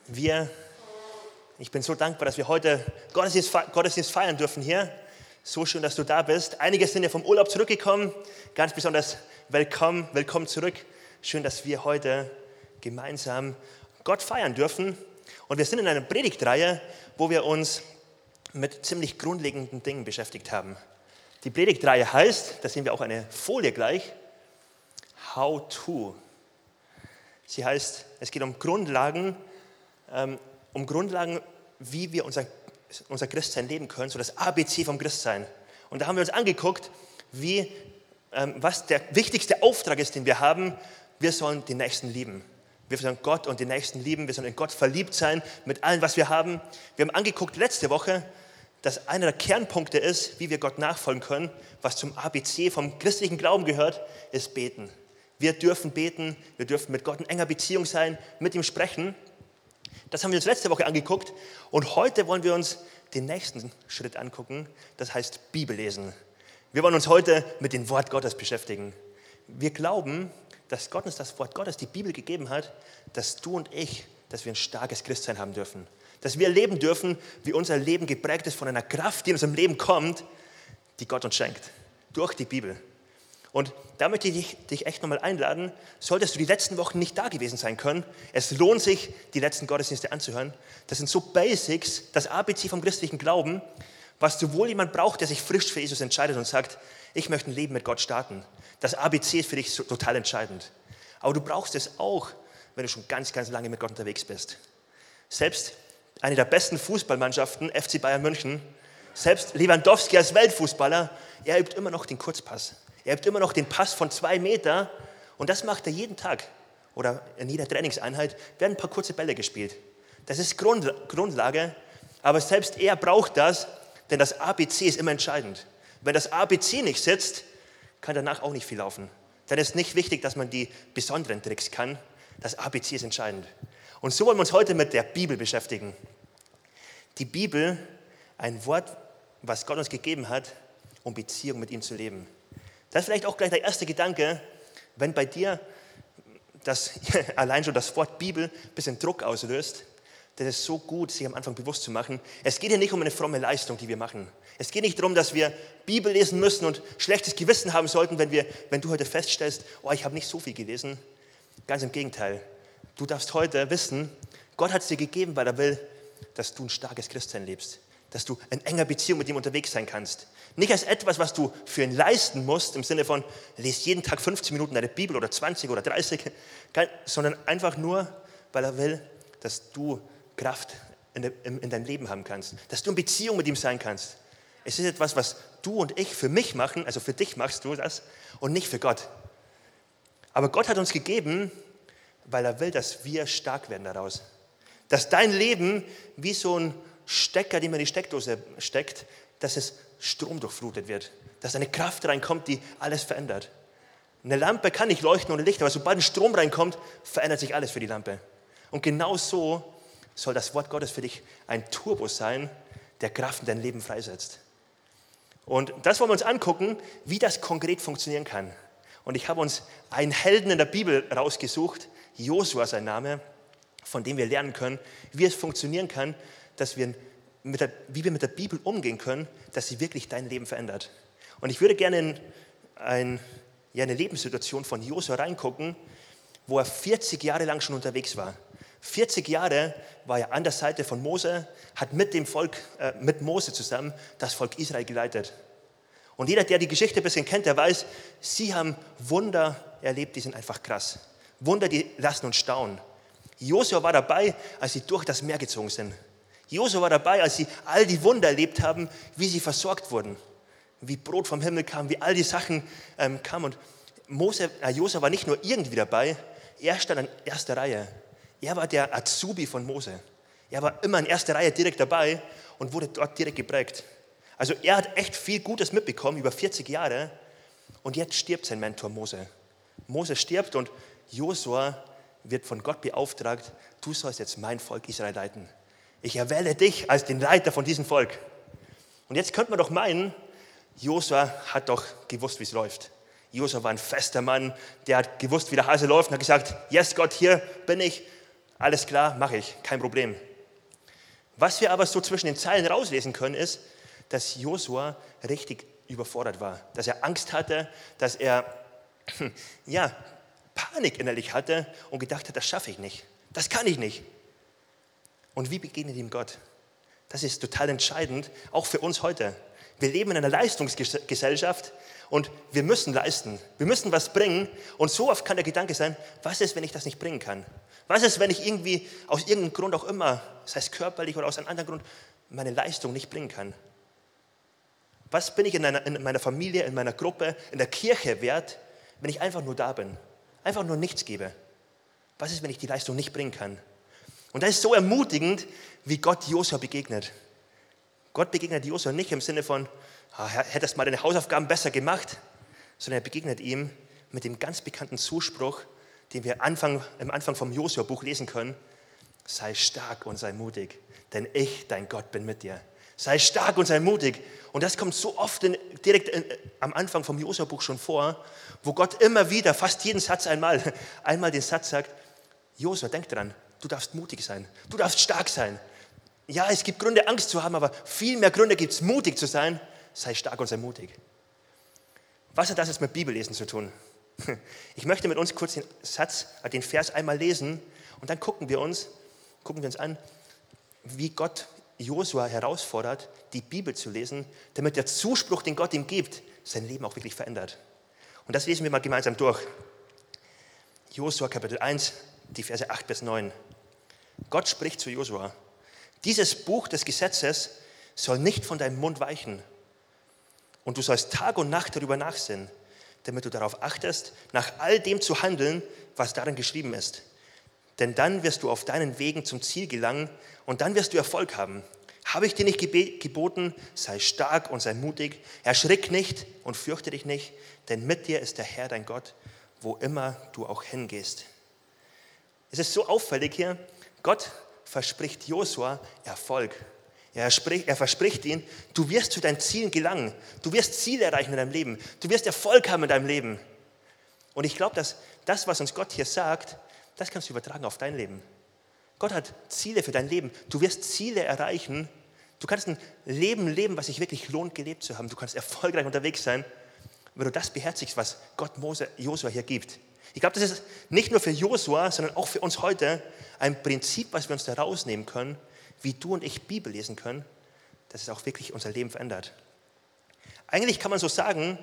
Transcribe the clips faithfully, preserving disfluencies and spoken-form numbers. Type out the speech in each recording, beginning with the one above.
Wir, ich bin so dankbar, dass wir heute Gottesdienst, Gottesdienst feiern dürfen hier. So schön, dass du da bist. Einige sind ja vom Urlaub zurückgekommen. Ganz besonders willkommen, willkommen zurück. Schön, dass wir heute gemeinsam Gott feiern dürfen. Und wir sind in einer Predigtreihe, wo wir uns mit ziemlich grundlegenden Dingen beschäftigt haben. Die Predigtreihe heißt, da sehen wir auch eine Folie gleich, How to. Sie heißt, es geht um Grundlagen, ähm, um Grundlagen, wie wir unser, unser Christsein leben können, so das A B C vom Christsein. Und da haben wir uns angeguckt, wie, ähm, was der wichtigste Auftrag ist, den wir haben. Wir sollen den Nächsten lieben. Wir sollen Gott und den Nächsten lieben. Wir sollen in Gott verliebt sein mit allem, was wir haben. Wir haben angeguckt letzte Woche, dass einer der Kernpunkte ist, wie wir Gott nachfolgen können, was zum A B C vom christlichen Glauben gehört, ist Beten. Wir dürfen beten, wir dürfen mit Gott in enger Beziehung sein, mit ihm sprechen. Das haben wir uns letzte Woche angeguckt und heute wollen wir uns den nächsten Schritt angucken, das heißt Bibellesen. Wir wollen uns heute mit dem Wort Gottes beschäftigen. Wir glauben, dass Gott uns das Wort Gottes, die Bibel gegeben hat, dass du und ich, dass wir ein starkes Christsein haben dürfen. Dass wir erleben dürfen, wie unser Leben geprägt ist von einer Kraft, die in unserem Leben kommt, die Gott uns schenkt, durch die Bibel. Und da möchte ich dich, dich echt nochmal einladen, solltest du die letzten Wochen nicht da gewesen sein können, es lohnt sich, die letzten Gottesdienste anzuhören. Das sind so Basics, das A B C vom christlichen Glauben, was sowohl jemand braucht, der sich frisch für Jesus entscheidet und sagt, ich möchte ein Leben mit Gott starten. Das A B C ist für dich so total entscheidend. Aber du brauchst es auch, wenn du schon ganz, ganz lange mit Gott unterwegs bist. Selbst eine der besten Fußballmannschaften, F C Bayern München, selbst Lewandowski als Weltfußballer, er übt immer noch den Kurzpass. Er übt immer noch den Pass von zwei Meter und das macht er jeden Tag. Oder in jeder Trainingseinheit werden ein paar kurze Bälle gespielt. Das ist Grund, Grundlage, aber selbst er braucht das, denn das A B C ist immer entscheidend. Wenn das A B C nicht sitzt, kann danach auch nicht viel laufen. Dann ist nicht wichtig, dass man die besonderen Tricks kann. Das A B C ist entscheidend. Und so wollen wir uns heute mit der Bibel beschäftigen. Die Bibel, ein Wort, was Gott uns gegeben hat, um Beziehung mit ihm zu leben. Das ist vielleicht auch gleich der erste Gedanke, wenn bei dir das, allein schon das Wort Bibel ein bisschen Druck auslöst, das ist so gut, sich am Anfang bewusst zu machen. Es geht hier nicht um eine fromme Leistung, die wir machen. Es geht nicht darum, dass wir Bibel lesen müssen und schlechtes Gewissen haben sollten, wenn, wir, wenn du heute feststellst, oh, ich habe nicht so viel gelesen. Ganz im Gegenteil. Du darfst heute wissen, Gott hat es dir gegeben, weil er will, dass du ein starkes Christsein lebst. Dass du in enger Beziehung mit ihm unterwegs sein kannst. Nicht als etwas, was du für ihn leisten musst, im Sinne von, lest jeden Tag fünfzehn Minuten deine Bibel oder zwanzig oder dreißig, sondern einfach nur, weil er will, dass du Kraft in, de, in, in deinem Leben haben kannst. Dass du in Beziehung mit ihm sein kannst. Es ist etwas, was du und ich für mich machen, also für dich machst du das und nicht für Gott. Aber Gott hat uns gegeben, weil er will, dass wir stark werden daraus. Dass dein Leben wie so ein Stecker, den man in die Steckdose steckt, dass es Strom durchflutet wird. Dass eine Kraft reinkommt, die alles verändert. Eine Lampe kann nicht leuchten ohne Licht, aber sobald ein Strom reinkommt, verändert sich alles für die Lampe. Und genau so soll das Wort Gottes für dich ein Turbo sein, der Kraft in dein Leben freisetzt. Und das wollen wir uns angucken, wie das konkret funktionieren kann. Und ich habe uns einen Helden in der Bibel rausgesucht, Josua sein Name, von dem wir lernen können, wie es funktionieren kann, dass wir mit der, wie wir mit der Bibel umgehen können, dass sie wirklich dein Leben verändert. Und ich würde gerne in ein, ja, eine Lebenssituation von Josua reingucken, wo er vierzig Jahre lang schon unterwegs war. vierzig Jahre war er an der Seite von Mose, hat mit dem Volk, äh, mit Mose zusammen das Volk Israel geleitet. Und jeder, der die Geschichte ein bisschen kennt, der weiß, sie haben Wunder erlebt, die sind einfach krass. Wunder, die lassen uns staunen. Josua war dabei, als sie durch das Meer gezogen sind. Josua war dabei, als sie all die Wunder erlebt haben, wie sie versorgt wurden. Wie Brot vom Himmel kam, wie all die Sachen ähm, kamen. Und Mose, äh, Josua war nicht nur irgendwie dabei, er stand an erster Reihe. Er war der Azubi von Mose. Er war immer in erster Reihe direkt dabei und wurde dort direkt geprägt. Also er hat echt viel Gutes mitbekommen über vierzig Jahre und jetzt stirbt sein Mentor Mose. Mose stirbt und Josua wird von Gott beauftragt, du sollst jetzt mein Volk Israel leiten. Ich erwähle dich als den Leiter von diesem Volk. Und jetzt könnte man doch meinen, Josua hat doch gewusst, wie es läuft. Josua war ein fester Mann, der hat gewusst, wie der Hase läuft und hat gesagt, yes Gott, hier bin ich, Alles klar, mache ich, kein Problem. Was wir aber so zwischen den Zeilen rauslesen können, ist, dass Josua richtig überfordert war, dass er Angst hatte, dass er ja, Panik innerlich hatte und gedacht hat, das schaffe ich nicht, das kann ich nicht. Und wie begegnet ihm Gott? Das ist total entscheidend, auch für uns heute. Wir leben in einer Leistungsgesellschaft und wir müssen leisten, wir müssen was bringen und so oft kann der Gedanke sein, was ist, wenn ich das nicht bringen kann? Was ist, wenn ich irgendwie aus irgendeinem Grund auch immer, das heißt körperlich oder aus einem anderen Grund, meine Leistung nicht bringen kann? Was bin ich in, einer, in meiner Familie, in meiner Gruppe, in der Kirche wert, wenn ich einfach nur da bin, einfach nur nichts gebe? Was ist, wenn ich die Leistung nicht bringen kann? Und das ist so ermutigend, wie Gott Josua begegnet. Gott begegnet Josua nicht im Sinne von, ah, hättest mal deine Hausaufgaben besser gemacht, sondern er begegnet ihm mit dem ganz bekannten Zuspruch, den wir Anfang, im Anfang vom Josua-Buch lesen können. Sei stark und sei mutig, denn ich, dein Gott, bin mit dir. Sei stark und sei mutig. Und das kommt so oft in, direkt in, am Anfang vom Josua-Buch schon vor, wo Gott immer wieder, fast jeden Satz einmal, einmal den Satz sagt, Josua, denk dran, du darfst mutig sein, du darfst stark sein. Ja, es gibt Gründe, Angst zu haben, aber viel mehr Gründe gibt es, mutig zu sein. Sei stark und sei mutig. Was hat das jetzt mit Bibellesen zu tun? Ich möchte mit uns kurz den Satz, den Vers einmal lesen und dann gucken wir uns, gucken wir uns an, wie Gott Josua herausfordert, die Bibel zu lesen, damit der Zuspruch, den Gott ihm gibt, sein Leben auch wirklich verändert. Und das lesen wir mal gemeinsam durch. Josua Kapitel eins, die Verse acht bis neun. Gott spricht zu Josua: Dieses Buch des Gesetzes soll nicht von deinem Mund weichen. Und du sollst Tag und Nacht darüber nachsinnen, damit du darauf achtest, nach all dem zu handeln, was darin geschrieben ist. Denn dann wirst du auf deinen Wegen zum Ziel gelangen und dann wirst du Erfolg haben. Habe ich dir nicht geboten, sei stark und sei mutig, erschrick nicht und fürchte dich nicht, denn mit dir ist der Herr dein Gott, wo immer du auch hingehst. Es ist so auffällig hier, Gott verspricht Josua Erfolg. Er, spricht, er verspricht ihm, du wirst zu deinen Zielen gelangen, du wirst Ziele erreichen in deinem Leben, du wirst Erfolg haben in deinem Leben. Und ich glaube, dass das, was uns Gott hier sagt, das kannst du übertragen auf dein Leben. Gott hat Ziele für dein Leben. Du wirst Ziele erreichen. Du kannst ein Leben leben, was sich wirklich lohnt, gelebt zu haben. Du kannst erfolgreich unterwegs sein, wenn du das beherzigst, was Gott Mose, Josua hier gibt. Ich glaube, das ist nicht nur für Josua, sondern auch für uns heute ein Prinzip, was wir uns da rausnehmen können, wie du und ich Bibel lesen können, dass es auch wirklich unser Leben verändert. Eigentlich kann man so sagen,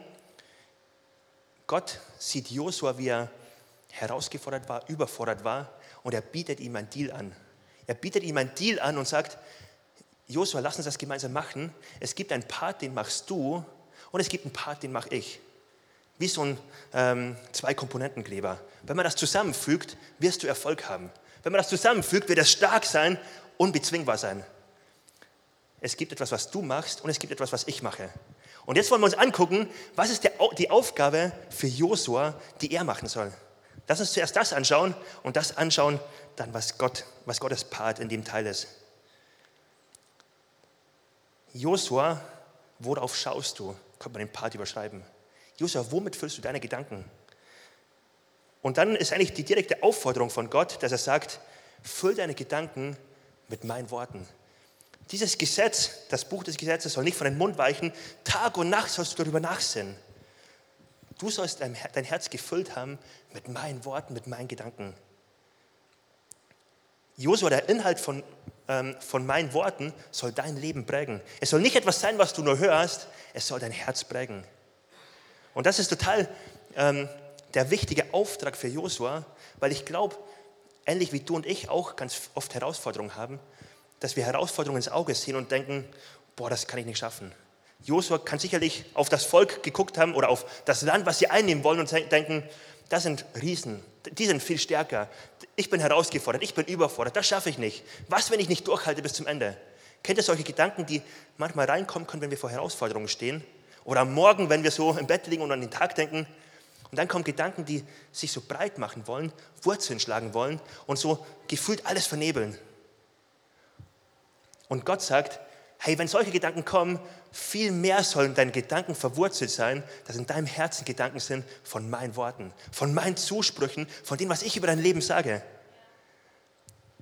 Gott sieht Josua, wie er herausgefordert war, überfordert war und er bietet ihm einen Deal an. Er bietet ihm einen Deal an und sagt, Josua, lass uns das gemeinsam machen. Es gibt einen Part, den machst du und es gibt einen Part, den mache ich. Wie so ein ähm, Zwei-Komponenten-Kleber. Wenn man das zusammenfügt, wirst du Erfolg haben. Wenn man das zusammenfügt, wird es stark sein, unbezwingbar sein. Es gibt etwas, was du machst und es gibt etwas, was ich mache. Und jetzt wollen wir uns angucken, was ist der, die Aufgabe für Josua, die er machen soll. Lass uns zuerst das anschauen und das anschauen, dann was, Gott, was Gottes Part in dem Teil ist. Josua, worauf schaust du? Könnte man den Part überschreiben. Josua, womit füllst du deine Gedanken? Und dann ist eigentlich die direkte Aufforderung von Gott, dass er sagt, füll deine Gedanken mit meinen Worten. Dieses Gesetz, das Buch des Gesetzes soll nicht von deinem Mund weichen. Tag und Nacht sollst du darüber nachsinnen. Du sollst dein, dein Herz gefüllt haben mit meinen Worten, mit meinen Gedanken. Josua, der Inhalt von, ähm, von meinen Worten soll dein Leben prägen. Es soll nicht etwas sein, was du nur hörst, es soll dein Herz prägen. Und das ist total ähm, der wichtige Auftrag für Josua, weil ich glaube, ähnlich wie du und ich auch ganz oft Herausforderungen haben, dass wir Herausforderungen ins Auge sehen und denken, boah, das kann ich nicht schaffen. Josua kann sicherlich auf das Volk geguckt haben oder auf das Land, was sie einnehmen wollen und denken, das sind Riesen, die sind viel stärker. Ich bin herausgefordert, ich bin überfordert, das schaffe ich nicht. Was, wenn ich nicht durchhalte bis zum Ende? Kennt ihr solche Gedanken, die manchmal reinkommen können, wenn wir vor Herausforderungen stehen? Oder am Morgen, wenn wir so im Bett liegen und an den Tag denken. Und dann kommen Gedanken, die sich so breit machen wollen, Wurzeln schlagen wollen und so gefühlt alles vernebeln. Und Gott sagt, hey, wenn solche Gedanken kommen, viel mehr sollen deine Gedanken verwurzelt sein, dass in deinem Herzen Gedanken sind von meinen Worten, von meinen Zusprüchen, von dem, was ich über dein Leben sage.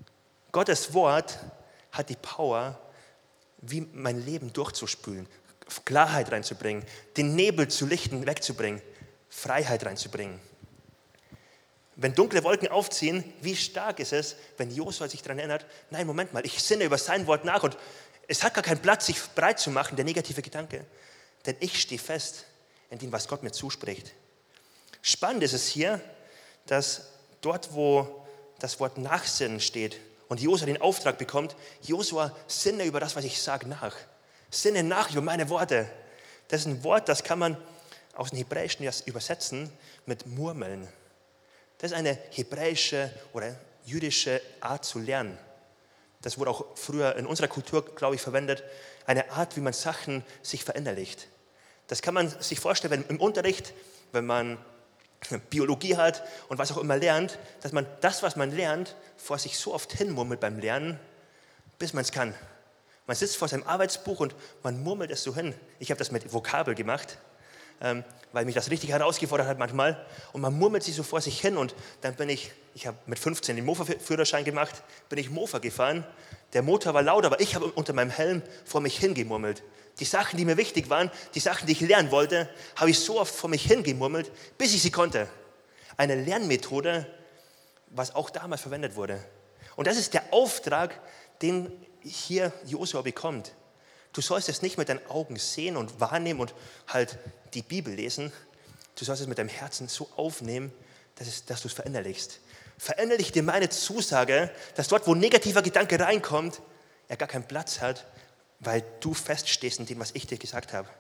Gottes Wort hat die Power, wie mein Leben durchzuspülen, Klarheit reinzubringen, den Nebel zu lichten, wegzubringen, Freiheit reinzubringen. Wenn dunkle Wolken aufziehen, wie stark ist es, wenn Josua sich daran erinnert, nein, Moment mal, ich sinne über sein Wort nach und es hat gar keinen Platz, sich breit zu machen, der negative Gedanke. Denn ich stehe fest in dem, was Gott mir zuspricht. Spannend ist es hier, dass dort, wo das Wort Nachsinnen steht und Josua den Auftrag bekommt, Josua, sinne über das, was ich sage, nach. Sinne nach über meine Worte. Das ist ein Wort, das kann man aus dem Hebräischen übersetzen mit Murmeln. Das ist eine hebräische oder jüdische Art zu lernen. Das wurde auch früher in unserer Kultur, glaube ich, verwendet. Eine Art, wie man Sachen sich verinnerlicht. Das kann man sich vorstellen, wenn im Unterricht, wenn man Biologie hat und was auch immer lernt, dass man das, was man lernt, vor sich so oft hinmurmelt beim Lernen, bis man es kann. Man sitzt vor seinem Arbeitsbuch und man murmelt es so hin. Ich habe das mit Vokabel gemacht, ähm, weil mich das richtig herausgefordert hat manchmal. Und man murmelt sich so vor sich hin und dann bin ich, ich habe mit fünfzehn den Mofa-Führerschein gemacht, bin ich Mofa gefahren. Der Motor war laut, aber ich habe unter meinem Helm vor mich hingemurmelt. Die Sachen, die mir wichtig waren, die Sachen, die ich lernen wollte, habe ich so oft vor mich hingemurmelt, bis ich sie konnte. Eine Lernmethode, was auch damals verwendet wurde. Und das ist der Auftrag, den hier Josua bekommt. Du sollst es nicht mit deinen Augen sehen und wahrnehmen und halt die Bibel lesen. Du sollst es mit deinem Herzen so aufnehmen, dass, es, dass du es verinnerlichst. Verinnerlich dir meine Zusage, dass dort, wo negativer Gedanke reinkommt, er gar keinen Platz hat, weil du feststehst in dem, was ich dir gesagt habe.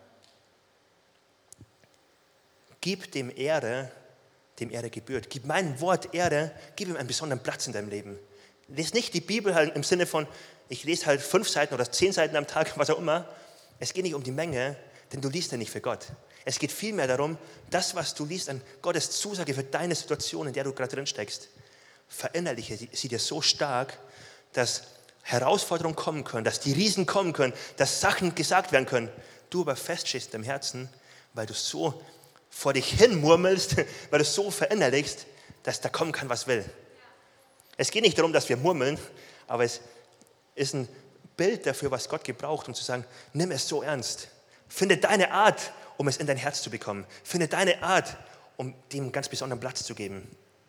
Gib dem Ehre, dem Ehre gebührt. Gib meinem Wort Ehre, gib ihm einen besonderen Platz in deinem Leben. Lies nicht die Bibel halt im Sinne von, ich lese halt fünf Seiten oder zehn Seiten am Tag, was auch immer. Es geht nicht um die Menge, denn du liest ja nicht für Gott. Es geht vielmehr darum, das, was du liest, an Gottes Zusage für deine Situation, in der du gerade drin steckst. Verinnerliche sie dir so stark, dass Herausforderungen kommen können, dass die Riesen kommen können, dass Sachen gesagt werden können. Du aber feststehst im Herzen, weil du so vor dich hin murmelst, weil du so verinnerlichst, dass da kommen kann, was will. Es geht nicht darum, dass wir murmeln, aber es ist ein Bild dafür, was Gott gebraucht, um zu sagen, nimm es so ernst. Finde deine Art, um es in dein Herz zu bekommen. Finde deine Art, um dem einen ganz besonderen Platz zu geben.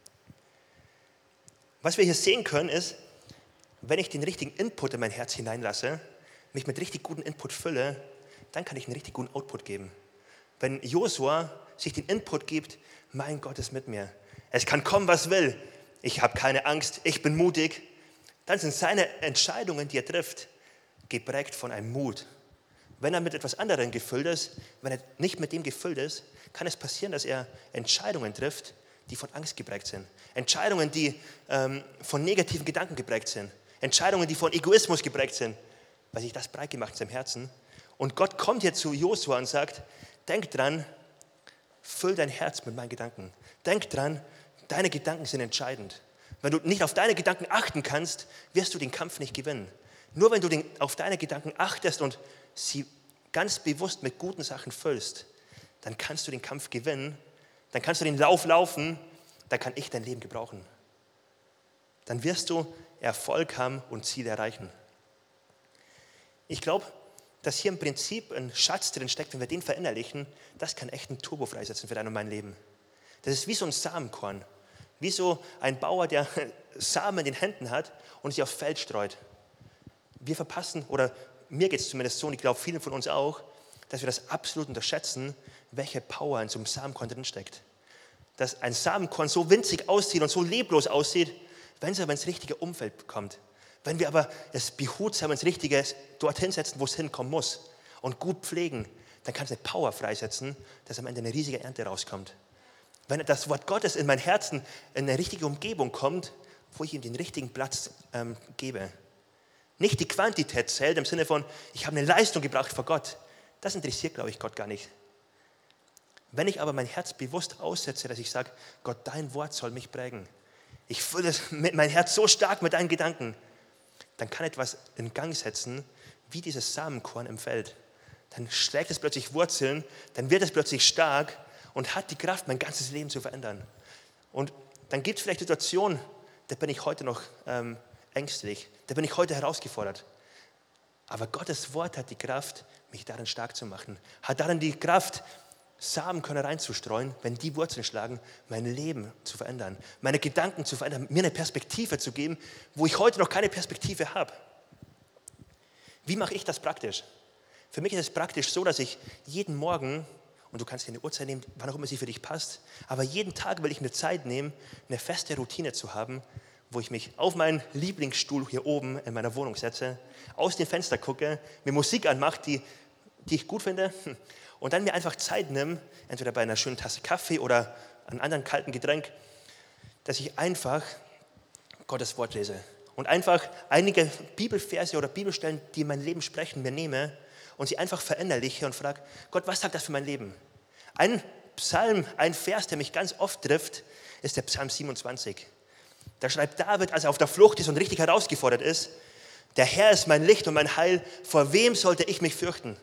Was wir hier sehen können, ist, wenn ich den richtigen Input in mein Herz hineinlasse, mich mit richtig guten Input fülle, dann kann ich einen richtig guten Output geben. Wenn Josua sich den Input gibt, mein Gott ist mit mir. Es kann kommen, was will. Ich habe keine Angst, ich bin mutig. Dann sind seine Entscheidungen, die er trifft, geprägt von einem Mut. Wenn er mit etwas anderem gefüllt ist, wenn er nicht mit dem gefüllt ist, kann es passieren, dass er Entscheidungen trifft, die von Angst geprägt sind. Entscheidungen, die ähm, von negativen Gedanken geprägt sind. Entscheidungen, die von Egoismus geprägt sind, weil sich das breit gemacht ist im Herzen. Und Gott kommt hier zu Josua und sagt, denk dran, füll dein Herz mit meinen Gedanken. Denk dran, deine Gedanken sind entscheidend. Wenn du nicht auf deine Gedanken achten kannst, wirst du den Kampf nicht gewinnen. Nur wenn du den, auf deine Gedanken achtest und sie ganz bewusst mit guten Sachen füllst, dann kannst du den Kampf gewinnen, dann kannst du den Lauf laufen, dann kann ich dein Leben gebrauchen. Dann wirst du Erfolg haben und Ziele erreichen. Ich glaube, dass hier im Prinzip ein Schatz drin steckt, wenn wir den verinnerlichen, das kann echt einen Turbo freisetzen für dein und mein Leben. Das ist wie so ein Samenkorn, wie so ein Bauer, der Samen in den Händen hat und sie aufs Feld streut. Wir verpassen, oder mir geht es zumindest so, und ich glaube vielen von uns auch, dass wir das absolut unterschätzen, welche Power in so einem Samenkorn drin steckt. Dass ein Samenkorn so winzig aussieht und so leblos aussieht, wenn es aber ins richtige Umfeld kommt. Wenn wir aber es behutsam ins Richtige dorthin setzen, wo es hinkommen muss und gut pflegen, dann kann es eine Power freisetzen, dass am Ende eine riesige Ernte rauskommt. Wenn das Wort Gottes in mein Herzen in eine richtige Umgebung kommt, wo ich ihm den richtigen Platz ähm, gebe. Nicht die Quantität zählt im Sinne von, ich habe eine Leistung gebracht vor Gott. Das interessiert, glaube ich, Gott gar nicht. Wenn ich aber mein Herz bewusst aussetze, dass ich sage, Gott, dein Wort soll mich prägen. Ich fülle mein Herz so stark mit deinen Gedanken. Dann kann etwas in Gang setzen, wie dieses Samenkorn im Feld. Dann schlägt es plötzlich Wurzeln, dann wird es plötzlich stark und hat die Kraft, mein ganzes Leben zu verändern. Und dann gibt es vielleicht Situationen, da bin ich heute noch ähm, ängstlich. Da bin ich heute herausgefordert. Aber Gottes Wort hat die Kraft, mich darin stark zu machen. Hat darin die Kraft, Samenkörner reinzustreuen, wenn die Wurzeln schlagen, mein Leben zu verändern, meine Gedanken zu verändern, mir eine Perspektive zu geben, wo ich heute noch keine Perspektive habe. Wie mache ich das praktisch? Für mich ist es praktisch so, dass ich jeden Morgen, und du kannst dir eine Uhrzeit nehmen, wann auch immer sie für dich passt, aber jeden Tag will ich mir Zeit nehmen, eine feste Routine zu haben, wo ich mich auf meinen Lieblingsstuhl hier oben in meiner Wohnung setze, aus dem Fenster gucke, mir Musik anmache, die, die ich gut finde, und dann mir einfach Zeit nehme, entweder bei einer schönen Tasse Kaffee oder einem anderen kalten Getränk, dass ich einfach Gottes Wort lese und einfach einige Bibelverse oder Bibelstellen, die in mein Leben sprechen, mir nehme und sie einfach verinnerliche und frage, Gott, was sagt das für mein Leben? Ein Psalm, ein Vers, der mich ganz oft trifft, ist der Psalm siebenundzwanzig. Da schreibt David, als er auf der Flucht ist und richtig herausgefordert ist, der Herr ist mein Licht und mein Heil, vor wem sollte ich mich fürchten?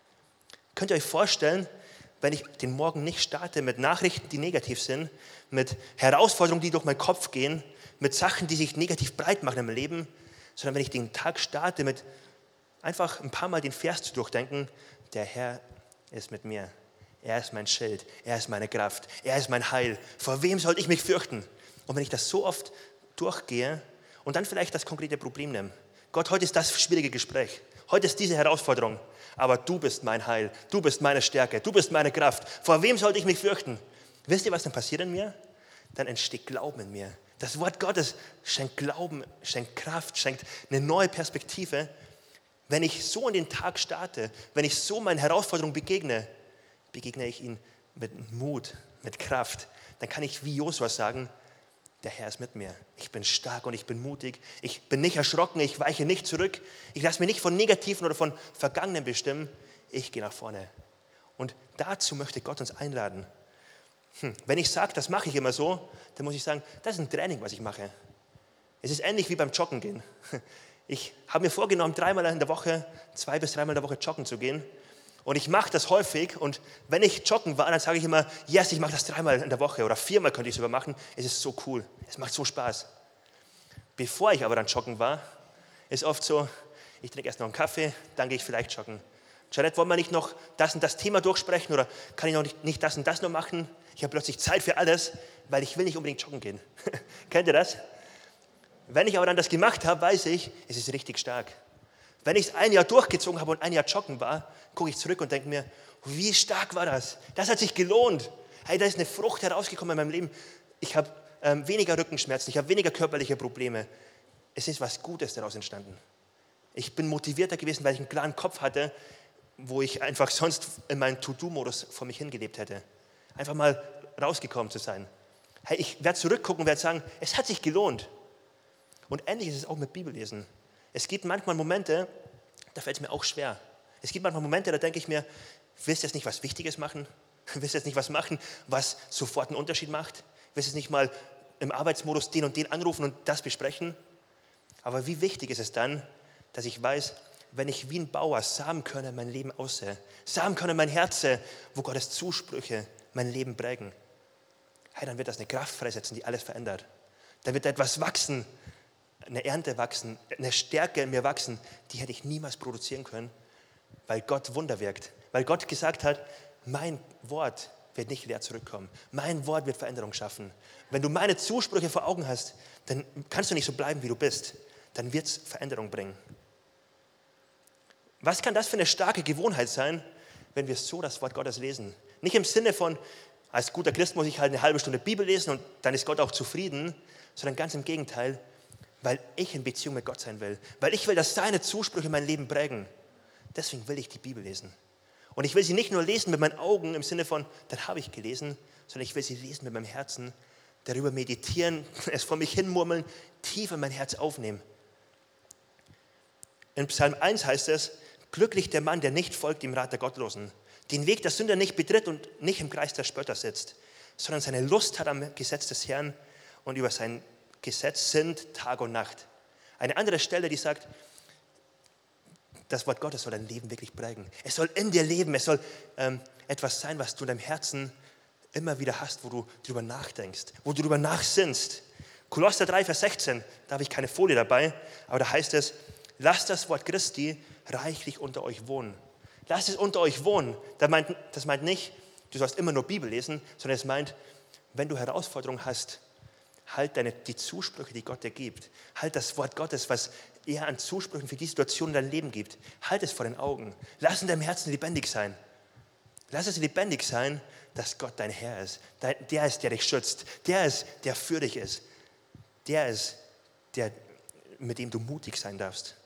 Könnt ihr euch vorstellen, wenn ich den Morgen nicht starte mit Nachrichten, die negativ sind, mit Herausforderungen, die durch meinen Kopf gehen, mit Sachen, die sich negativ breit machen im Leben, sondern wenn ich den Tag starte mit einfach ein paar Mal den Vers zu durchdenken, der Herr ist mit mir, er ist mein Schild, er ist meine Kraft, er ist mein Heil, vor wem sollte ich mich fürchten? Und wenn ich das so oft durchgehe und dann vielleicht das konkrete Problem nehme, Gott, heute ist das schwierige Gespräch, heute ist diese Herausforderung, aber du bist mein Heil, du bist meine Stärke, du bist meine Kraft. Vor wem sollte ich mich fürchten? Wisst ihr, was dann passiert in mir? Dann entsteht Glauben in mir. Das Wort Gottes schenkt Glauben, schenkt Kraft, schenkt eine neue Perspektive. Wenn ich so in den Tag starte, wenn ich so meinen Herausforderungen begegne, begegne ich ihnen mit Mut, mit Kraft. Dann kann ich wie Josua sagen, der Herr ist mit mir. Ich bin stark und ich bin mutig. Ich bin nicht erschrocken, ich weiche nicht zurück. Ich lasse mich nicht von Negativen oder von Vergangenen bestimmen. Ich gehe nach vorne. Und dazu möchte Gott uns einladen. Hm. Wenn ich sage, das mache ich immer so, dann muss ich sagen, das ist ein Training, was ich mache. Es ist ähnlich wie beim Joggen gehen. Ich habe mir vorgenommen, dreimal in der Woche, zwei bis dreimal in der Woche joggen zu gehen. Und ich mache das häufig und wenn ich joggen war, dann sage ich immer, yes, ich mache das dreimal in der Woche oder viermal könnte ich es sogar machen. Es ist so cool, es macht so Spaß. Bevor ich aber dann joggen war, ist oft so, ich trinke erst noch einen Kaffee, dann gehe ich vielleicht joggen. Jeanette, wollen wir nicht noch das und das Thema durchsprechen oder kann ich noch nicht, nicht das und das noch machen? Ich habe plötzlich Zeit für alles, weil ich will nicht unbedingt joggen gehen. Kennt ihr das? Wenn ich aber dann das gemacht habe, weiß ich, es ist richtig stark. Wenn ich es ein Jahr durchgezogen habe und ein Jahr joggen war, gucke ich zurück und denke mir, wie stark war das? Das hat sich gelohnt. Hey, da ist eine Frucht herausgekommen in meinem Leben. Ich habe ähm, weniger Rückenschmerzen, ich habe weniger körperliche Probleme. Es ist was Gutes daraus entstanden. Ich bin motivierter gewesen, weil ich einen klaren Kopf hatte, wo ich einfach sonst in meinem To-Do-Modus vor mich hingelebt hätte. Einfach mal rausgekommen zu sein. Hey, ich werde zurückgucken und werde sagen, es hat sich gelohnt. Und ähnlich ist es auch mit Bibellesen. Es gibt manchmal Momente, da fällt es mir auch schwer. Es gibt manchmal Momente, da denke ich mir, willst du jetzt nicht was Wichtiges machen? Willst du jetzt nicht was machen, was sofort einen Unterschied macht? Willst du jetzt nicht mal im Arbeitsmodus den und den anrufen und das besprechen? Aber wie wichtig ist es dann, dass ich weiß, wenn ich wie ein Bauer Samenkörner in mein Leben aussähe, Samenkörner in mein Herz, wo Gottes Zusprüche mein Leben prägen, hey, dann wird das eine Kraft freisetzen, die alles verändert. Dann wird da etwas wachsen, eine Ernte wachsen, eine Stärke in mir wachsen, die hätte ich niemals produzieren können, weil Gott Wunder wirkt. Weil Gott gesagt hat, mein Wort wird nicht leer zurückkommen. Mein Wort wird Veränderung schaffen. Wenn du meine Zusprüche vor Augen hast, dann kannst du nicht so bleiben, wie du bist. Dann wird es Veränderung bringen. Was kann das für eine starke Gewohnheit sein, wenn wir so das Wort Gottes lesen? Nicht im Sinne von, als guter Christ muss ich halt eine halbe Stunde Bibel lesen und dann ist Gott auch zufrieden, sondern ganz im Gegenteil, weil ich in Beziehung mit Gott sein will, weil ich will, dass seine Zusprüche mein Leben prägen. Deswegen will ich die Bibel lesen. Und ich will sie nicht nur lesen mit meinen Augen im Sinne von, dann habe ich gelesen, sondern ich will sie lesen mit meinem Herzen, darüber meditieren, es vor mich hinmurmeln, tief in mein Herz aufnehmen. In Psalm eins heißt es, glücklich der Mann, der nicht folgt dem Rat der Gottlosen, den Weg der Sünder nicht betritt und nicht im Kreis der Spötter sitzt, sondern seine Lust hat am Gesetz des Herrn und über sein Gesetz sind Tag und Nacht. Eine andere Stelle, die sagt, das Wort Gottes soll dein Leben wirklich prägen. Es soll in dir leben, es soll ähm, etwas sein, was du in deinem Herzen immer wieder hast, wo du drüber nachdenkst, wo du drüber nachsinnst. Kolosser drei, Vers sechzehn, da habe ich keine Folie dabei, aber da heißt es, lasst das Wort Christi reichlich unter euch wohnen. Lasst es unter euch wohnen. Das meint, das meint nicht, du sollst immer nur Bibel lesen, sondern es meint, wenn du Herausforderungen hast, halt deine, die Zusprüche, die Gott dir gibt. Halt das Wort Gottes, was er an Zusprüchen für die Situation in deinem Leben gibt. Halt es vor den Augen. Lass es in deinem Herzen lebendig sein. Lass es lebendig sein, dass Gott dein Herr ist. Der ist, der dich schützt. Der ist, der für dich ist. Der ist, der, mit dem du mutig sein darfst.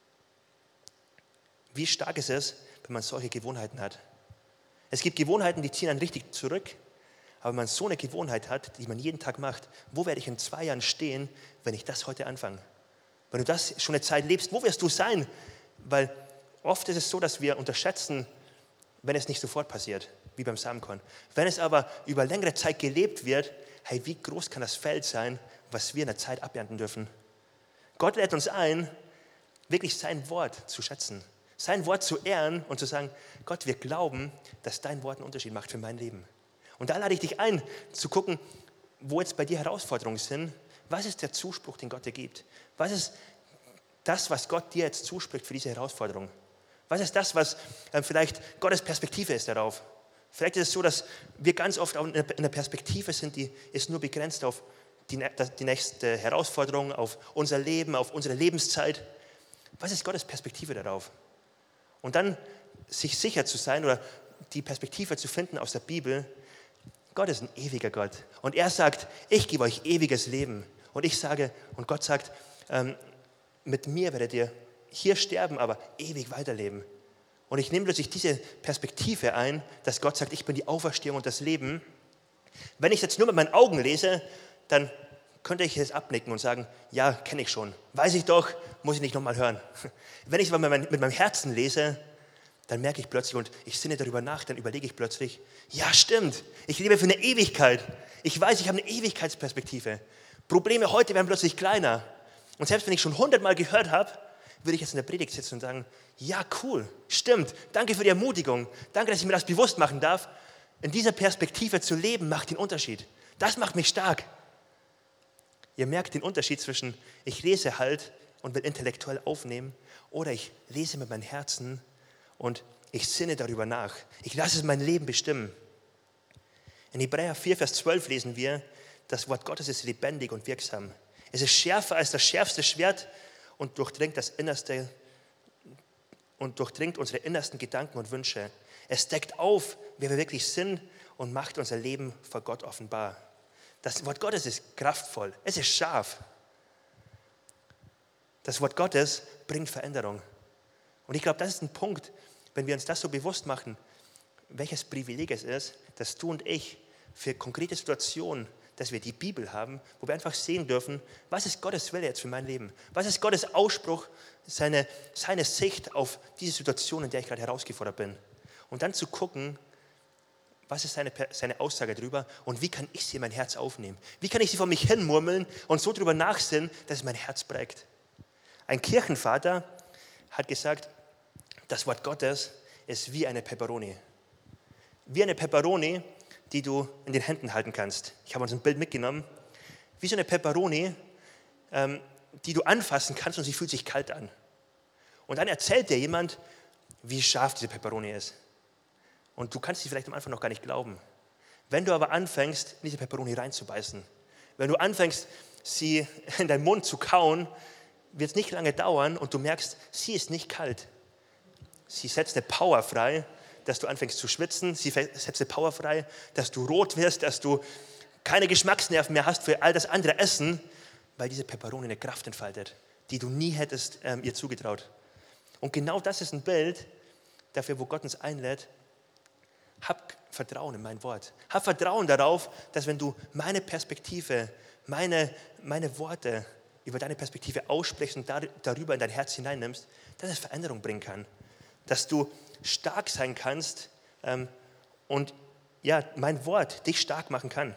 Wie stark ist es, wenn man solche Gewohnheiten hat? Es gibt Gewohnheiten, die ziehen einen richtig zurück. Aber wenn man so eine Gewohnheit hat, die man jeden Tag macht, wo werde ich in zwei Jahren stehen, wenn ich das heute anfange? Wenn du das schon eine Zeit lebst, wo wirst du sein? Weil oft ist es so, dass wir unterschätzen, wenn es nicht sofort passiert, wie beim Samenkorn. Wenn es aber über längere Zeit gelebt wird, hey, wie groß kann das Feld sein, was wir in der Zeit abernten dürfen? Gott lädt uns ein, wirklich sein Wort zu schätzen, sein Wort zu ehren und zu sagen, Gott, wir glauben, dass dein Wort einen Unterschied macht für mein Leben. Und da lade ich dich ein, zu gucken, wo jetzt bei dir Herausforderungen sind. Was ist der Zuspruch, den Gott dir gibt? Was ist das, was Gott dir jetzt zuspricht für diese Herausforderung? Was ist das, was äh, vielleicht Gottes Perspektive ist darauf? Vielleicht ist es so, dass wir ganz oft in einer Perspektive sind, die ist nur begrenzt auf die, die nächste Herausforderung, auf unser Leben, auf unsere Lebenszeit. Was ist Gottes Perspektive darauf? Und dann sich sicher zu sein oder die Perspektive zu finden aus der Bibel, Gott ist ein ewiger Gott. Und er sagt, ich gebe euch ewiges Leben. Und ich sage, und Gott sagt, ähm, mit mir werdet ihr hier sterben, aber ewig weiterleben. Und ich nehme plötzlich diese Perspektive ein, dass Gott sagt, ich bin die Auferstehung und das Leben. Wenn ich jetzt nur mit meinen Augen lese, dann könnte ich es abnicken und sagen, ja, kenne ich schon. Weiß ich doch, muss ich nicht nochmal hören. Wenn ich es aber mit meinem Herzen lese, dann merke ich plötzlich und ich sinne darüber nach, dann überlege ich plötzlich, ja stimmt, ich lebe für eine Ewigkeit. Ich weiß, ich habe eine Ewigkeitsperspektive. Probleme heute werden plötzlich kleiner. Und selbst wenn ich schon hundertmal gehört habe, würde ich jetzt in der Predigt sitzen und sagen, ja cool, stimmt, danke für die Ermutigung, danke, dass ich mir das bewusst machen darf. In dieser Perspektive zu leben, macht den Unterschied. Das macht mich stark. Ihr merkt den Unterschied zwischen, ich lese halt und will intellektuell aufnehmen oder ich lese mit meinem Herzen und ich sinne darüber nach. Ich lasse es mein Leben bestimmen. In Hebräer vier, Vers zwölf lesen wir, das Wort Gottes ist lebendig und wirksam. Es ist schärfer als das schärfste Schwert und durchdringt das Innerste und durchdringt unsere innersten Gedanken und Wünsche. Es deckt auf, wer wir wirklich sind und macht unser Leben vor Gott offenbar. Das Wort Gottes ist kraftvoll, es ist scharf. Das Wort Gottes bringt Veränderung. Und ich glaube, das ist ein Punkt, wenn wir uns das so bewusst machen, welches Privileg es ist, dass du und ich für konkrete Situationen, dass wir die Bibel haben, wo wir einfach sehen dürfen, was ist Gottes Wille jetzt für mein Leben? Was ist Gottes Ausspruch, seine, seine Sicht auf diese Situation, in der ich gerade herausgefordert bin? Und dann zu gucken, was ist seine, seine Aussage darüber und wie kann ich sie in mein Herz aufnehmen? Wie kann ich sie vor mich hinmurmeln und so darüber nachsinnen, dass es mein Herz prägt? Ein Kirchenvater hat gesagt, das Wort Gottes ist wie eine Peperoni. Wie eine Peperoni, die du in den Händen halten kannst. Ich habe uns ein Bild mitgenommen. Wie so eine Peperoni, ähm, die du anfassen kannst und sie fühlt sich kalt an. Und dann erzählt dir jemand, wie scharf diese Peperoni ist. Und du kannst sie vielleicht am Anfang noch gar nicht glauben. Wenn du aber anfängst, in diese Peperoni reinzubeißen, wenn du anfängst, sie in deinen Mund zu kauen, wird es nicht lange dauern und du merkst, sie ist nicht kalt. Sie setzt eine Power frei, dass du anfängst zu schwitzen. Sie setzt eine Power frei, dass du rot wirst, dass du keine Geschmacksnerven mehr hast für all das andere Essen, weil diese Peperoni eine Kraft entfaltet, die du nie hättest ähm, ihr zugetraut. Und genau das ist ein Bild dafür, wo Gott uns einlädt. Hab Vertrauen in mein Wort. Hab Vertrauen darauf, dass wenn du meine Perspektive, meine, meine Worte über deine Perspektive aussprichst und darüber in dein Herz hineinnimmst, dass es Veränderung bringen kann. Dass du stark sein kannst ähm, und ja, mein Wort dich stark machen kann.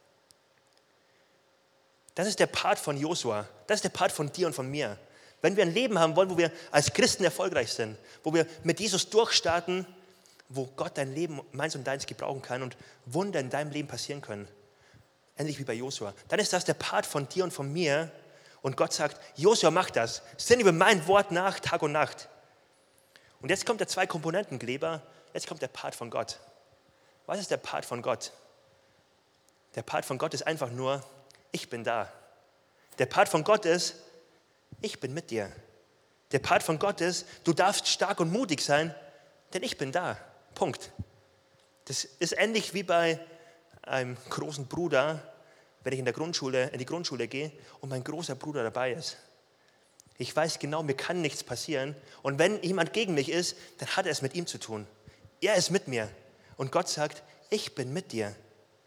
Das ist der Part von Josua. Das ist der Part von dir und von mir. Wenn wir ein Leben haben wollen, wo wir als Christen erfolgreich sind, wo wir mit Jesus durchstarten, wo Gott dein Leben, meins und deins gebrauchen kann und Wunder in deinem Leben passieren können. ähnlich wie bei Josua, dann ist das der Part von dir und von mir. Und Gott sagt, Josua, mach das. Sinn über mein Wort nach, Tag und Nacht. Und jetzt kommt der Zwei-Komponenten-Kleber. Jetzt kommt der Part von Gott. Was ist der Part von Gott? Der Part von Gott ist einfach nur, ich bin da. Der Part von Gott ist, ich bin mit dir. Der Part von Gott ist, du darfst stark und mutig sein, denn ich bin da. Punkt. Das ist ähnlich wie bei einem großen Bruder, wenn ich in, der Grundschule, in die Grundschule gehe und mein großer Bruder dabei ist. Ich weiß genau, mir kann nichts passieren. Und wenn jemand gegen mich ist, dann hat er es mit ihm zu tun. Er ist mit mir. Und Gott sagt, ich bin mit dir.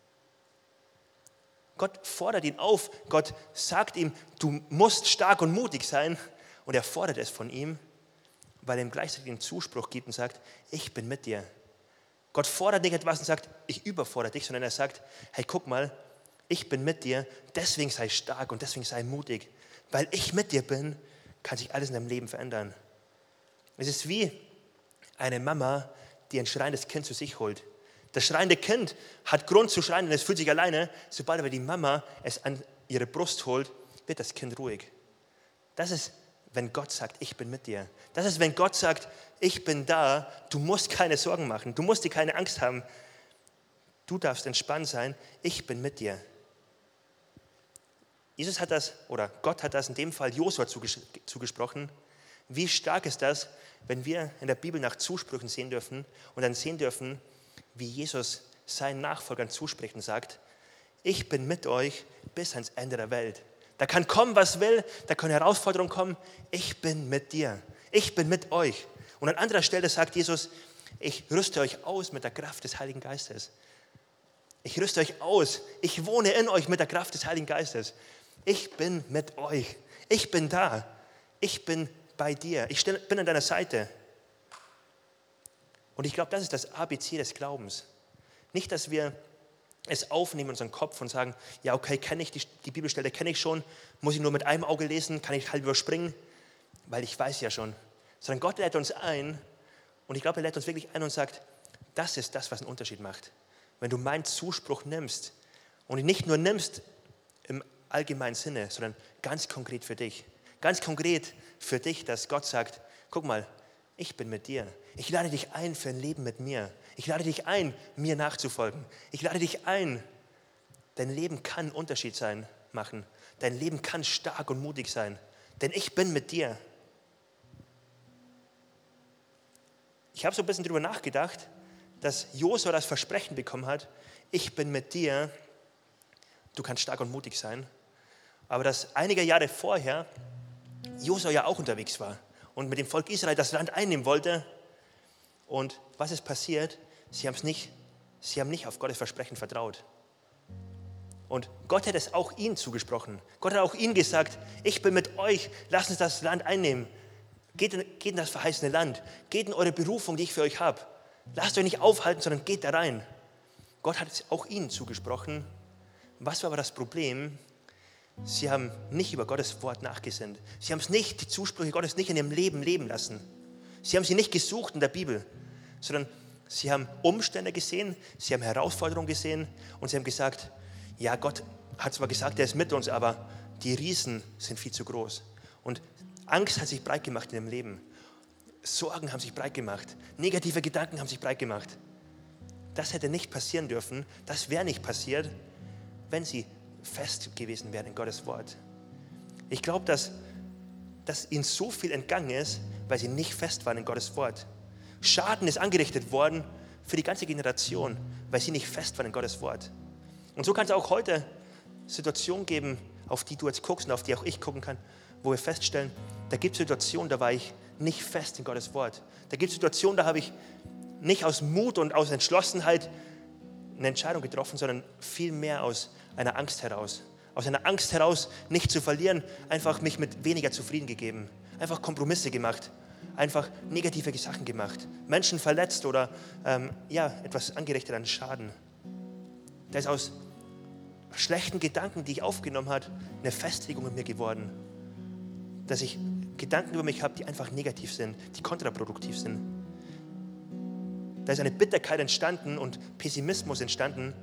Gott fordert ihn auf. Gott sagt ihm, du musst stark und mutig sein. Und er fordert es von ihm, weil er ihm gleichzeitig einen Zuspruch gibt und sagt, ich bin mit dir. Gott fordert nicht etwas und sagt, ich überfordere dich, sondern er sagt, hey, guck mal, ich bin mit dir, deswegen sei stark und deswegen sei mutig. Weil ich mit dir bin, kann sich alles in deinem Leben verändern. Es ist wie eine Mama, die ein schreiendes Kind zu sich holt. Das schreiende Kind hat Grund zu schreien und es fühlt sich alleine. Sobald aber die Mama es an ihre Brust holt, wird das Kind ruhig. Das ist, wenn Gott sagt, ich bin mit dir. Das ist, wenn Gott sagt, ich bin da, du musst keine Sorgen machen, du musst dir keine Angst haben. Du darfst entspannt sein, ich bin mit dir. Jesus hat das, oder Gott hat das in dem Fall Josua zuges- zugesprochen. Wie stark ist das, wenn wir in der Bibel nach Zusprüchen sehen dürfen und dann sehen dürfen, wie Jesus seinen Nachfolgern zuspricht und sagt, ich bin mit euch bis ans Ende der Welt. Da kann kommen, was will, da können Herausforderungen kommen, ich bin mit dir, ich bin mit euch. Und an anderer Stelle sagt Jesus, ich rüste euch aus mit der Kraft des Heiligen Geistes. Ich rüste euch aus, ich wohne in euch mit der Kraft des Heiligen Geistes. Ich bin mit euch. Ich bin da. Ich bin bei dir. Ich bin an deiner Seite. Und ich glaube, das ist das A B C des Glaubens. Nicht, dass wir es aufnehmen in unseren Kopf und sagen, ja okay, kenne ich die, die Bibelstelle, kenne ich schon, muss ich nur mit einem Auge lesen, kann ich halb überspringen, weil ich weiß ja schon. Sondern Gott lädt uns ein und ich glaube, er lädt uns wirklich ein und sagt, das ist das, was einen Unterschied macht. Wenn du meinen Zuspruch nimmst und ihn nicht nur nimmst im allgemeinen Sinne, sondern ganz konkret für dich. Ganz konkret für dich, dass Gott sagt, guck mal, ich bin mit dir. Ich lade dich ein für ein Leben mit mir. Ich lade dich ein, mir nachzufolgen. Ich lade dich ein, dein Leben kann einen Unterschied sein, machen. Dein Leben kann stark und mutig sein, denn ich bin mit dir. Ich habe so ein bisschen darüber nachgedacht, dass Josua das Versprechen bekommen hat, ich bin mit dir, du kannst stark und mutig sein. Aber dass einige Jahre vorher Josua ja auch unterwegs war und mit dem Volk Israel das Land einnehmen wollte. Und was ist passiert? Sie haben es nicht, sie haben nicht auf Gottes Versprechen vertraut. Und Gott hätte es auch ihnen zugesprochen. Gott hat auch ihnen gesagt, ich bin mit euch, lasst uns das Land einnehmen. Geht in, geht in das verheißene Land. Geht in eure Berufung, die ich für euch habe. Lasst euch nicht aufhalten, sondern geht da rein. Gott hat es auch ihnen zugesprochen. Was war aber das Problem? Sie haben nicht über Gottes Wort nachgesinnt. Sie haben es nicht, die Zusprüche Gottes nicht in ihrem Leben leben lassen. Sie haben sie nicht gesucht in der Bibel, sondern sie haben Umstände gesehen, sie haben Herausforderungen gesehen und sie haben gesagt, ja, Gott hat zwar gesagt, er ist mit uns, aber die Riesen sind viel zu groß. Und Angst hat sich breit gemacht in ihrem Leben. Sorgen haben sich breit gemacht. Negative Gedanken haben sich breit gemacht. Das hätte nicht passieren dürfen. Das wäre nicht passiert, wenn sie fest gewesen wären in Gottes Wort. Ich glaube, dass, dass ihnen so viel entgangen ist, weil sie nicht fest waren in Gottes Wort. Schaden ist angerichtet worden für die ganze Generation, weil sie nicht fest waren in Gottes Wort. Und so kann es auch heute Situationen geben, auf die du jetzt guckst und auf die auch ich gucken kann, wo wir feststellen, da gibt es Situationen, da war ich nicht fest in Gottes Wort. Da gibt es Situationen, da habe ich nicht aus Mut und aus Entschlossenheit eine Entscheidung getroffen, sondern vielmehr aus einer Angst heraus. Aus einer Angst heraus, nicht zu verlieren, einfach mich mit weniger zufrieden gegeben. Einfach Kompromisse gemacht. Einfach negative Sachen gemacht. Menschen verletzt oder ähm, ja, etwas angerichtet an Schaden. Da ist aus schlechten Gedanken, die ich aufgenommen habe, eine Festlegung in mir geworden. Dass ich Gedanken über mich habe, die einfach negativ sind, die kontraproduktiv sind. Da ist eine Bitterkeit entstanden und Pessimismus entstanden,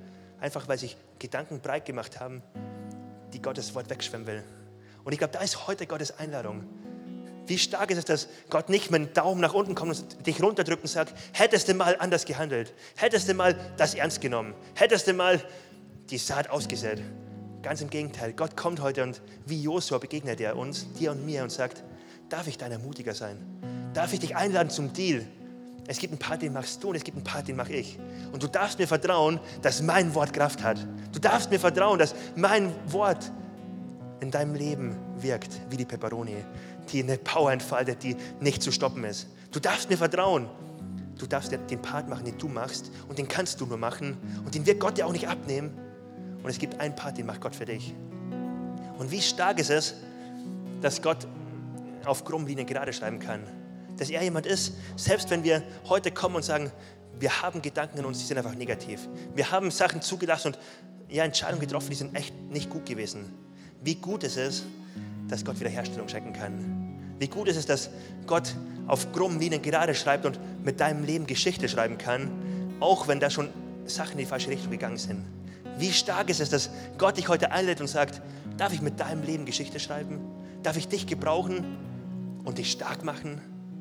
einfach weil sich Gedanken breit gemacht haben, die Gottes Wort wegschwemmen will. Und ich glaube, da ist heute Gottes Einladung. Wie stark ist es, dass Gott nicht mit dem Daumen nach unten kommt und dich runterdrückt und sagt, hättest du mal anders gehandelt, hättest du mal das ernst genommen, hättest du mal die Saat ausgesät. Ganz im Gegenteil, Gott kommt heute und wie Josua begegnet er uns, dir und mir und sagt, darf ich dein Ermutiger sein? Darf ich dich einladen zum Deal? Es gibt einen Part, den machst du und es gibt einen Part, den mache ich. Und du darfst mir vertrauen, dass mein Wort Kraft hat. Du darfst mir vertrauen, dass mein Wort in deinem Leben wirkt, wie die Peperoni, die eine Power entfaltet, die nicht zu stoppen ist. Du darfst mir vertrauen. Du darfst den Part machen, den du machst und den kannst du nur machen und den wird Gott dir auch nicht abnehmen. Und es gibt einen Part, den macht Gott für dich. Und wie stark ist es, dass Gott auf krummen Linien gerade schreiben kann. Dass er jemand ist, selbst wenn wir heute kommen und sagen, wir haben Gedanken in uns, die sind einfach negativ. Wir haben Sachen zugelassen und ja, Entscheidungen getroffen, die sind echt nicht gut gewesen. Wie gut ist es, dass Gott Wiederherstellung schenken kann. Wie gut ist es, dass Gott auf krummen Linien gerade schreibt und mit deinem Leben Geschichte schreiben kann, auch wenn da schon Sachen in die falsche Richtung gegangen sind. Wie stark ist es, dass Gott dich heute einlädt und sagt, darf ich mit deinem Leben Geschichte schreiben? Darf ich dich gebrauchen und dich stark machen?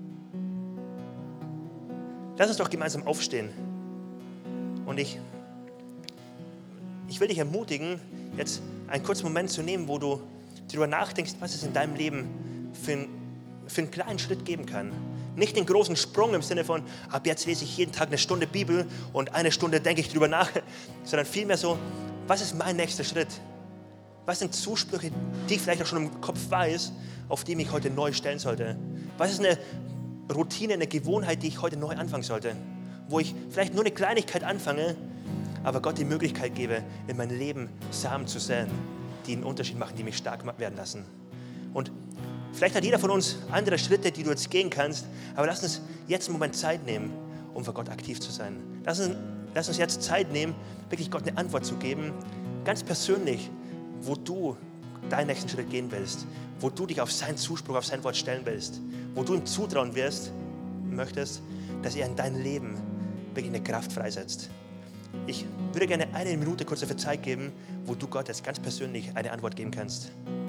Lass uns doch gemeinsam aufstehen. Und ich, ich will dich ermutigen, jetzt einen kurzen Moment zu nehmen, wo du darüber nachdenkst, was es in deinem Leben für, ein, für einen kleinen Schritt geben kann. Nicht den großen Sprung im Sinne von, ab jetzt lese ich jeden Tag eine Stunde Bibel und eine Stunde denke ich darüber nach, sondern vielmehr so, was ist mein nächster Schritt? Was sind Zusprüche, die ich vielleicht auch schon im Kopf weiß, auf die ich heute neu stellen sollte? Was ist eine Routine, eine Gewohnheit, die ich heute neu anfangen sollte? Wo ich vielleicht nur eine Kleinigkeit anfange, aber Gott die Möglichkeit gebe, in mein Leben Samen zu säen, die einen Unterschied machen, die mich stark werden lassen. Und vielleicht hat jeder von uns andere Schritte, die du jetzt gehen kannst, aber lass uns jetzt einen Moment Zeit nehmen, um für Gott aktiv zu sein. Lass uns, lass uns jetzt Zeit nehmen, wirklich Gott eine Antwort zu geben, ganz persönlich, wo du deinen nächsten Schritt gehen willst, wo du dich auf seinen Zuspruch, auf sein Wort stellen willst, wo du ihm zutrauen wirst, möchtest, dass er in dein Leben wirklich eine Kraft freisetzt. Ich würde gerne eine Minute kurz dafür Zeit geben, wo du Gott jetzt ganz persönlich eine Antwort geben kannst.